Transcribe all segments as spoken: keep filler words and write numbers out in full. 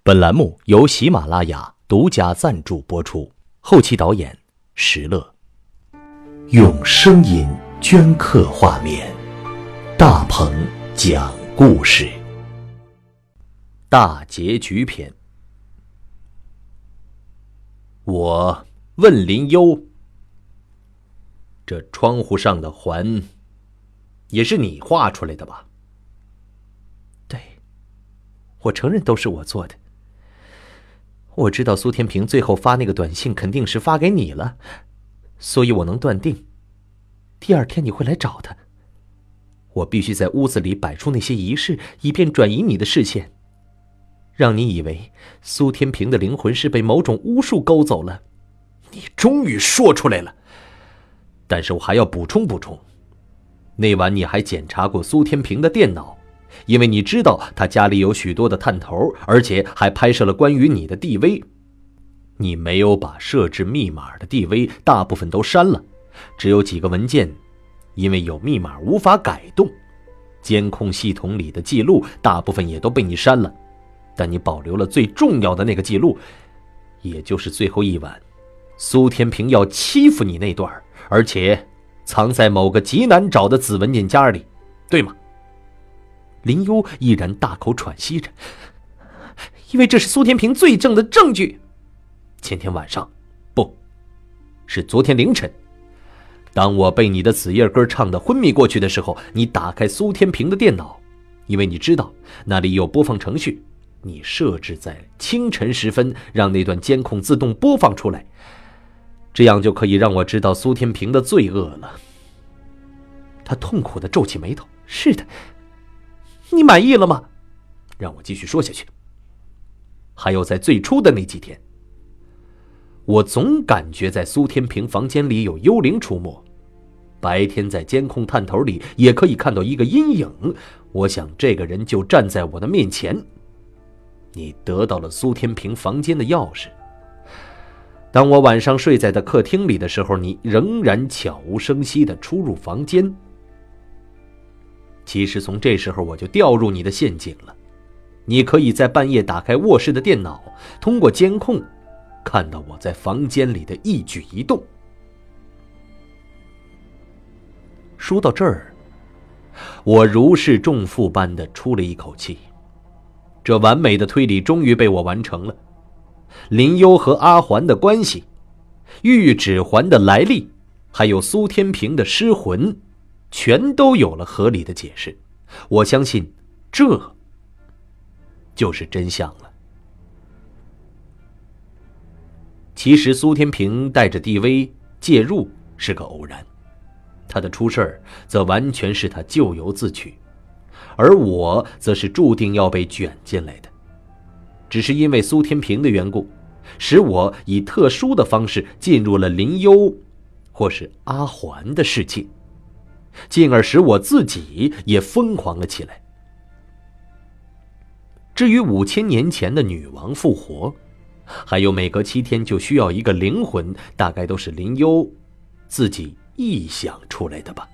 本栏目由喜马拉雅独家赞助播出，后期导演石乐。用声音镌刻画面，大鹏讲故事。大结局篇。我问林幽，这窗户上的环也是你画出来的吧？ 对，我承认都是我做的。我知道苏天平最后发那个短信肯定是发给你了，所以我能断定第二天你会来找他。我必须在屋子里摆出那些仪式，以便转移你的视线，让你以为苏天平的灵魂是被某种巫术勾走了。 你终于说出来了，但是我还要补充补充，那晚你还检查过苏天平的电脑，因为你知道他家里有许多的探头，而且还拍摄了关于你的 D V。 你没有把设置密码的 D V 大部分都删了，只有几个文件因为有密码无法改动，监控系统里的记录大部分也都被你删了，但你保留了最重要的那个记录，也就是最后一晚苏天平要欺负你那段，而且藏在某个极难找的子文件夹里，对吗？ 林幽依然大口喘息着，因为这是苏天平罪证的证据。 前天晚上，不，是昨天凌晨，当我被你的紫叶歌唱得昏迷过去的时候，你打开苏天平的电脑，因为你知道那里有播放程序，你设置在清晨时分，让那段监控自动播放出来，这样就可以让我知道苏天平的罪恶了。 他痛苦地皱起眉头，是的，你满意了吗？ 让我继续说下去。还有在最初的那几天，我总感觉在苏天平房间里有幽灵出没，白天在监控探头里也可以看到一个阴影，我想这个人就站在我的面前。你得到了苏天平房间的钥匙，当我晚上睡在的客厅里的时候，你仍然悄无声息地出入房间。其实从这时候我就掉入你的陷阱了，你可以在半夜打开卧室的电脑，通过监控看到我在房间里的一举一动。说到这儿，我如释重负般地出了一口气，这完美的推理终于被我完成了。林幽和阿环的关系，玉指环的来历，还有苏天平的失魂，全都有了合理的解释。我相信这就是真相了。其实苏天平带着 D V 介入是个偶然，他的出事儿则完全是他咎由自取，而我则是注定要被卷进来的。只是因为苏天平的缘故，使我以特殊的方式进入了林幽或是阿环的世界，进而使我自己也疯狂了起来。至于五千年前的女王复活，还有每隔七天就需要一个灵魂，大概都是林幽自己臆想出来的吧。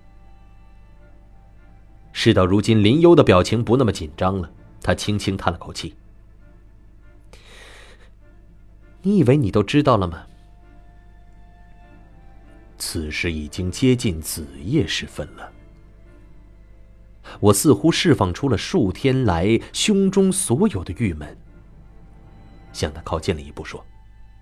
事到如今，林幽的表情不那么紧张了，他轻轻叹了口气。 你以为你都知道了吗？ 此时已经接近子夜时分了。我似乎释放出了数天来胸中所有的郁闷，向他靠近了一步，说：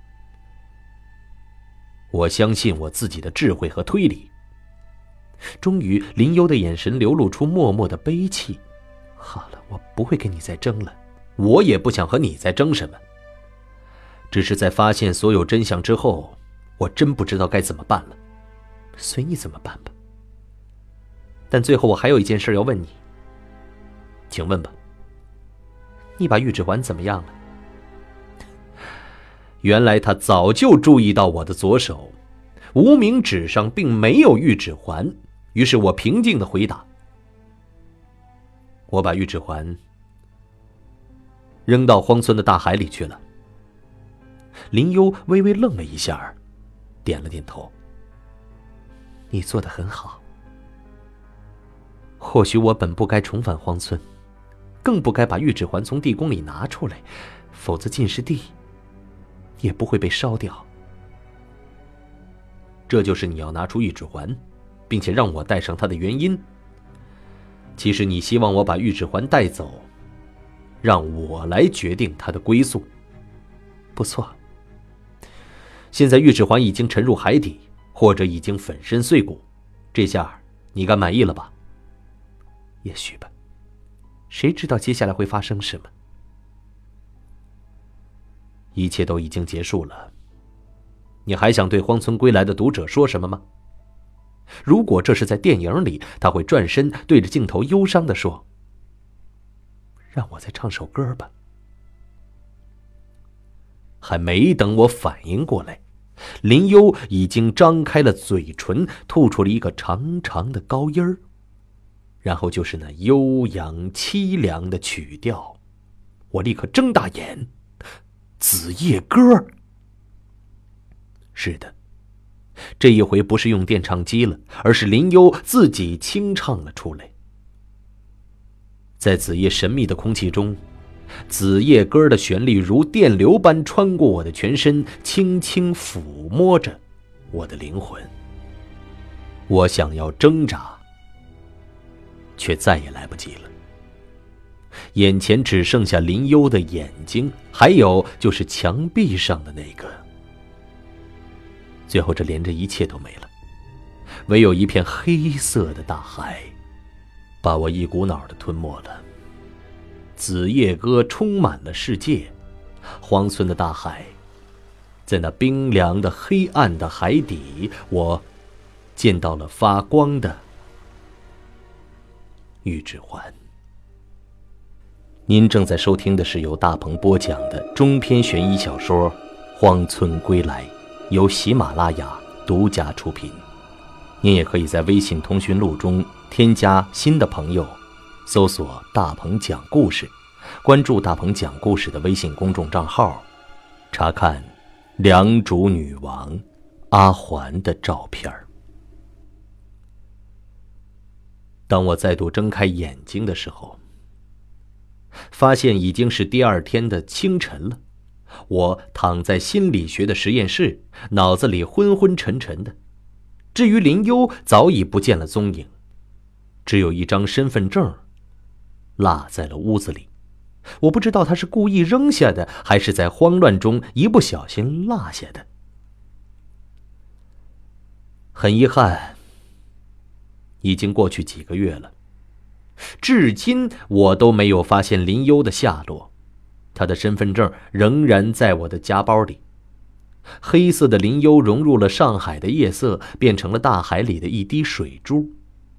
我相信我自己的智慧和推理。终于林幽的眼神流露出默默的悲戚。 好了，我不会跟你再争了。 我也不想和你再争什么，只是在发现所有真相之后，我真不知道该怎么办了。 随你怎么办吧。但最后我还有一件事要问你。 请问吧。 你把玉指环怎么样了？ 原来他早就注意到我的左手无名指上并没有玉指环，于是我平静地回答：我把玉指环扔到荒村的大海里去了。林幽微微愣了一下，点了点头。 你做得很好。或许我本不该重返荒村，更不该把玉指环从地宫里拿出来， 否则进士第也不会被烧掉。 这就是你要拿出玉指环，并且让我带上它的原因。其实你希望我把玉指环带走，让我来决定它的归宿。 不错。 现在玉指环已经沉入海底，或者已经粉身碎骨，这下你该满意了吧？ 也许吧，谁知道接下来会发生什么？ 一切都已经结束了，你还想对荒村归来的读者说什么吗？如果这是在电影里，他会转身对着镜头忧伤地说：“ 让我再唱首歌吧。” 还没等我反应过来，林幽已经张开了嘴唇，吐出了一个长长的高音儿，然后就是那悠扬凄凉的曲调。我立刻睁大眼，子夜歌。是的，这一回不是用电唱机了，而是林幽自己清唱了出来。在子夜神秘的空气中，子夜歌的旋律如电流般穿过我的全身，轻轻抚摸着我的灵魂。我想要挣扎，却再也来不及了。眼前只剩下林幽的眼睛，还有就是墙壁上的那个。最后这连着一切都没了，唯有一片黑色的大海把我一股脑的吞没了。子夜歌充满了世界，荒村的大海，在那冰凉的黑暗的海底，我见到了发光的玉指环。您正在收听的是由大鹏播讲的中篇悬疑小说《荒村归来》，由喜马拉雅独家出品。您也可以在微信通讯录中添加新的朋友，搜索大鹏讲故事，关注大鹏讲故事的微信公众账号，查看良渚女王阿环的照片。当我再度睁开眼睛的时候，发现已经是第二天的清晨了。我躺在心理学的实验室，脑子里昏昏沉沉的。至于林幽，早已不见了踪影，只有一张身份证落在了屋子里。我不知道他是故意扔下的，还是在慌乱中一不小心落下的。很遗憾，已经过去几个月了，至今我都没有发现林幽的下落。他的身份证仍然在我的夹包里。黑色的林幽融入了上海的夜色，变成了大海里的一滴水珠。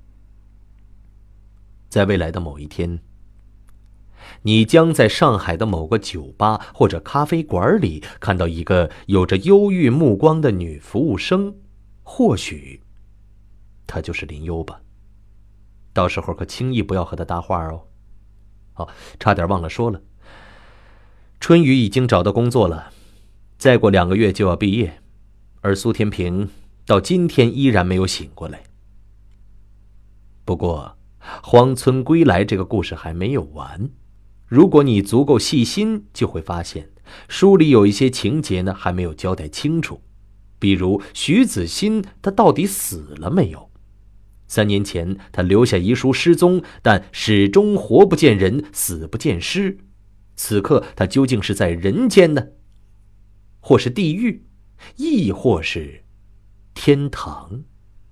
在未来的某一天，你将在上海的某个酒吧或者咖啡馆里看到一个有着忧郁目光的女服务生，或许她就是林幽吧。到时候可轻易不要和她搭话哦。哦，差点忘了说了，春雨已经找到工作了，再过两个月就要毕业，而苏天平到今天依然没有醒过来。不过荒村归来这个故事还没有完，如果你足够细心，就会发现书里有一些情节呢还没有交代清楚。比如徐子欣他到底死了没有？三年前他留下遗书失踪，但始终活不见人，死不见尸。此刻他究竟是在人间呢，或是地狱，亦或是天堂？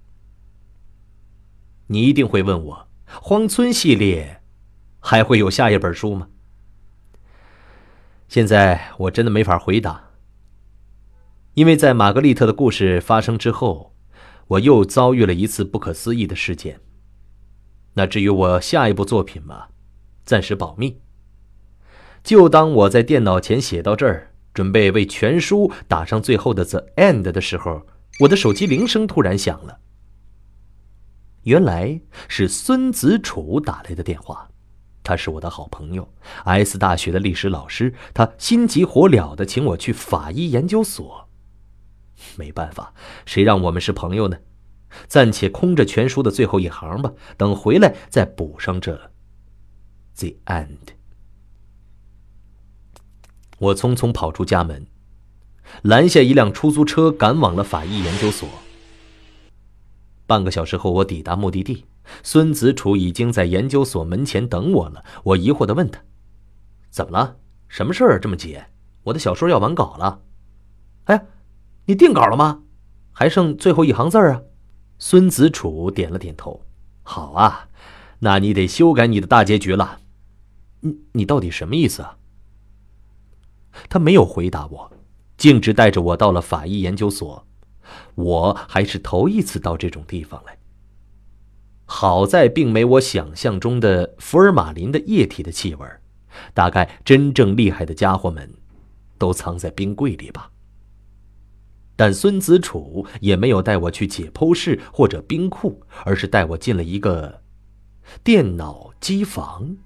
你一定会问我，荒村系列还会有下一本书吗？现在我真的没法回答，因为在玛格丽特的故事发生之后，我又遭遇了一次不可思议的事件。那至于我下一部作品嘛，暂时保密。就当我在电脑前写到这儿，准备为全书打上最后的 The End 的时候，我的手机铃声突然响了。原来是孙子楚打来的电话，他是我的好朋友 S 大学的历史老师，他心急火燎地请我去法医研究所。没办法，谁让我们是朋友呢？暂且空着全书的最后一行吧，等回来再补上这 The End。 我匆匆跑出家门，拦下一辆出租车，赶往了法医研究所。半个小时后，我抵达目的地，孙子楚已经在研究所门前等我了。我疑惑地问他：“怎么了？什么事儿这么急？我的小说要完稿了。”“哎，你定稿了吗？还剩最后一行字啊？”孙子楚点了点头。“好啊，那你得修改你的大结局了。”“你你到底什么意思啊？”他没有回答我，径直带着我到了法医研究所。我还是头一次到这种地方来。好在并没我想象中的福尔马林的液体的气味，大概真正厉害的家伙们都藏在冰柜里吧。但孙子楚也没有带我去解剖室或者冰库，而是带我进了一个电脑机房。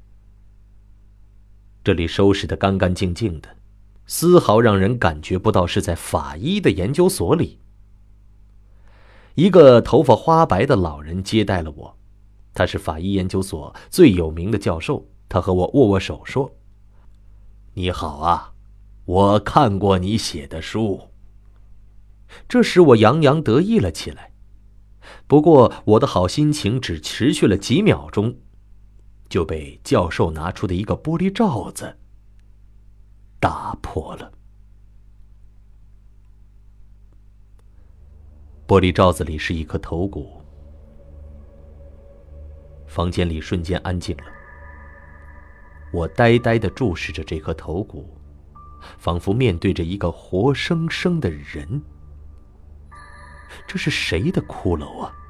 这里收拾得干干净净的，丝毫让人感觉不到是在法医的研究所里。一个头发花白的老人接待了我，他是法医研究所最有名的教授。他和我握握手说：“你好啊，我看过你写的书。”这时我洋洋得意了起来。不过我的好心情只持续了几秒钟，就被教授拿出的一个玻璃罩子打破了。玻璃罩子里是一颗头骨。房间里瞬间安静了，我呆呆地注视着这颗头骨，仿佛面对着一个活生生的人。这是谁的骷髅啊？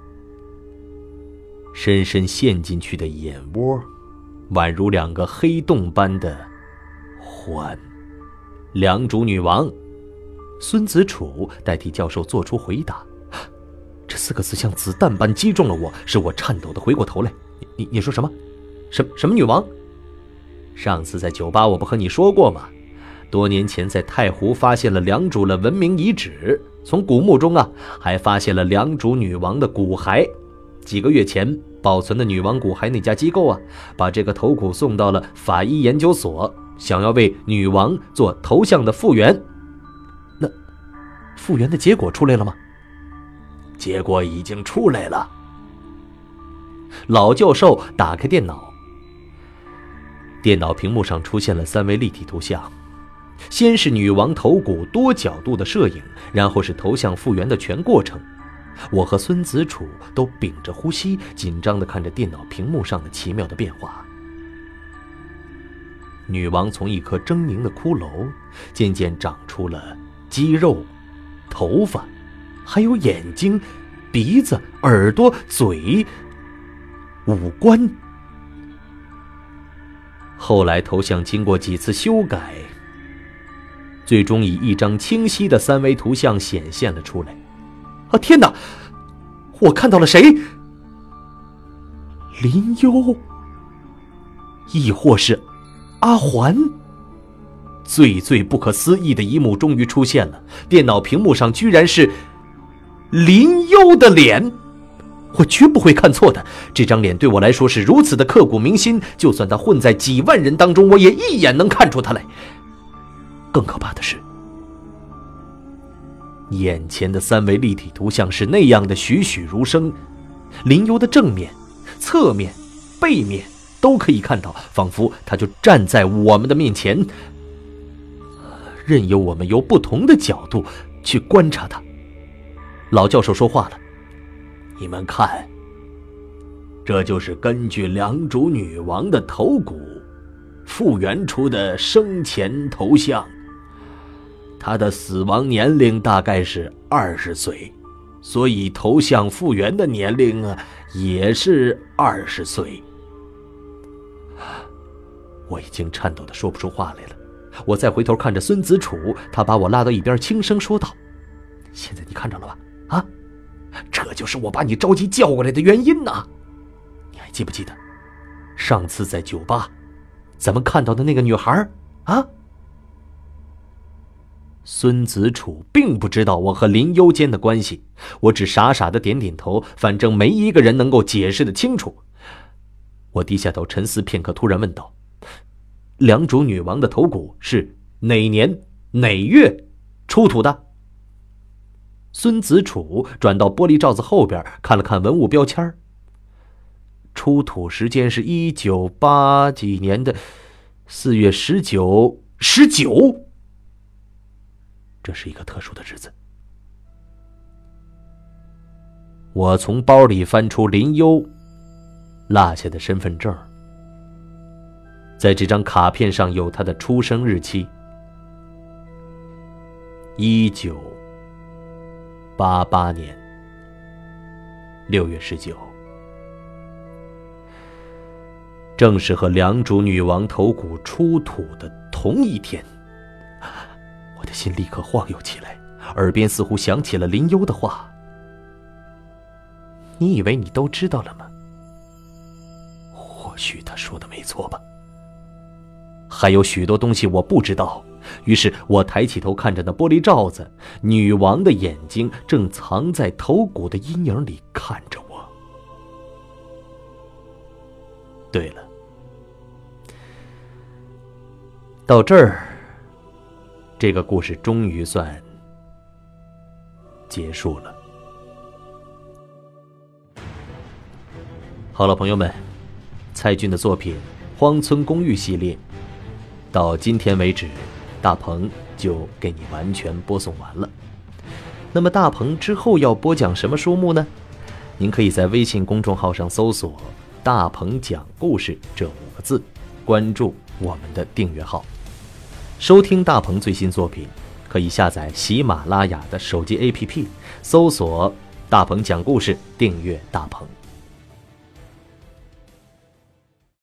深深陷进去的眼窝，宛如两个黑洞般的环。良渚女王。孙子楚代替教授做出回答。这四个字像子弹般击中了我，使我颤抖地回过头来。你你你说什么？什什么女王？上次在酒吧我不和你说过吗？多年前在太湖发现了良渚的文明遗址，从古墓中啊还发现了良渚女王的骨骸。几个月前保存的女王骨骸那家机构啊，把这个头骨送到了法医研究所，想要为女王做头像的复原。那复原的结果出来了吗？结果已经出来了。老教授打开电脑，电脑屏幕上出现了三维立体图像，先是女王头骨多角度的摄影，然后是头像复原的全过程。我和孙子楚都屏着呼吸，紧张地看着电脑屏幕上的奇妙的变化。女王从一颗狰狞的骷髅渐渐长出了肌肉、头发，还有眼睛、鼻子、耳朵、嘴、五官。后来头像经过几次修改，最终以一张清晰的三维图像显现了出来。啊，天哪！我看到了谁？林幽，亦或是阿环？最最不可思议的一幕终于出现了，电脑屏幕上居然是林幽的脸。我绝不会看错的，这张脸对我来说是如此的刻骨铭心，就算他混在几万人当中，我也一眼能看出他来。更可怕的是，眼前的三维立体图像是那样的栩栩如生，林幽的正面、侧面、背面都可以看到，仿佛他就站在我们的面前，任由我们由不同的角度去观察他。老教授说话了：“你们看，这就是根据良渚女王的头骨复原出的生前头像。她的死亡年龄大概是二十岁，所以头像复原的年龄啊也是二十岁。”我已经颤抖得说不出话来了。我再回头看着孙子楚，他把我拉到一边，轻声说道：“现在你看着了吧？啊，这就是我把你着急叫过来的原因呐！你还记不记得上次在酒吧咱们看到的那个女孩啊？”孙子楚并不知道我和林幽间的关系，我只傻傻的点点头，反正没一个人能够解释得清楚。我低下头沉思片刻，突然问道：“ 良渚女王的头骨是哪年哪月出土的？孙子楚转到玻璃罩子后边看了看文物标签，出土时间是一九八几年的四月十九，十九，这是一个特殊的日子。我从包里翻出林优落下的身份证，在这张卡片上有他的出生日期，一九八八年六月十九，正是和良渚女王头骨出土的同一天。我的心立刻晃悠起来，耳边似乎响起了林优的话：你以为你都知道了吗？或许他说的没错吧。还有许多东西我不知道，于是我抬起头看着那玻璃罩子，女王的眼睛正藏在头骨的阴影里看着我。对了，到这儿，这个故事终于算结束了。好了，朋友们，蔡骏的作品《荒村公寓》系列到今天为止，大鹏就给你完全播送完了。那么大鹏之后要播讲什么书目呢？您可以在微信公众号上搜索大鹏讲故事这五个字，关注我们的订阅号，收听大鹏最新作品。可以下载喜马拉雅的手机 A P P， 搜索大鹏讲故事，订阅大鹏。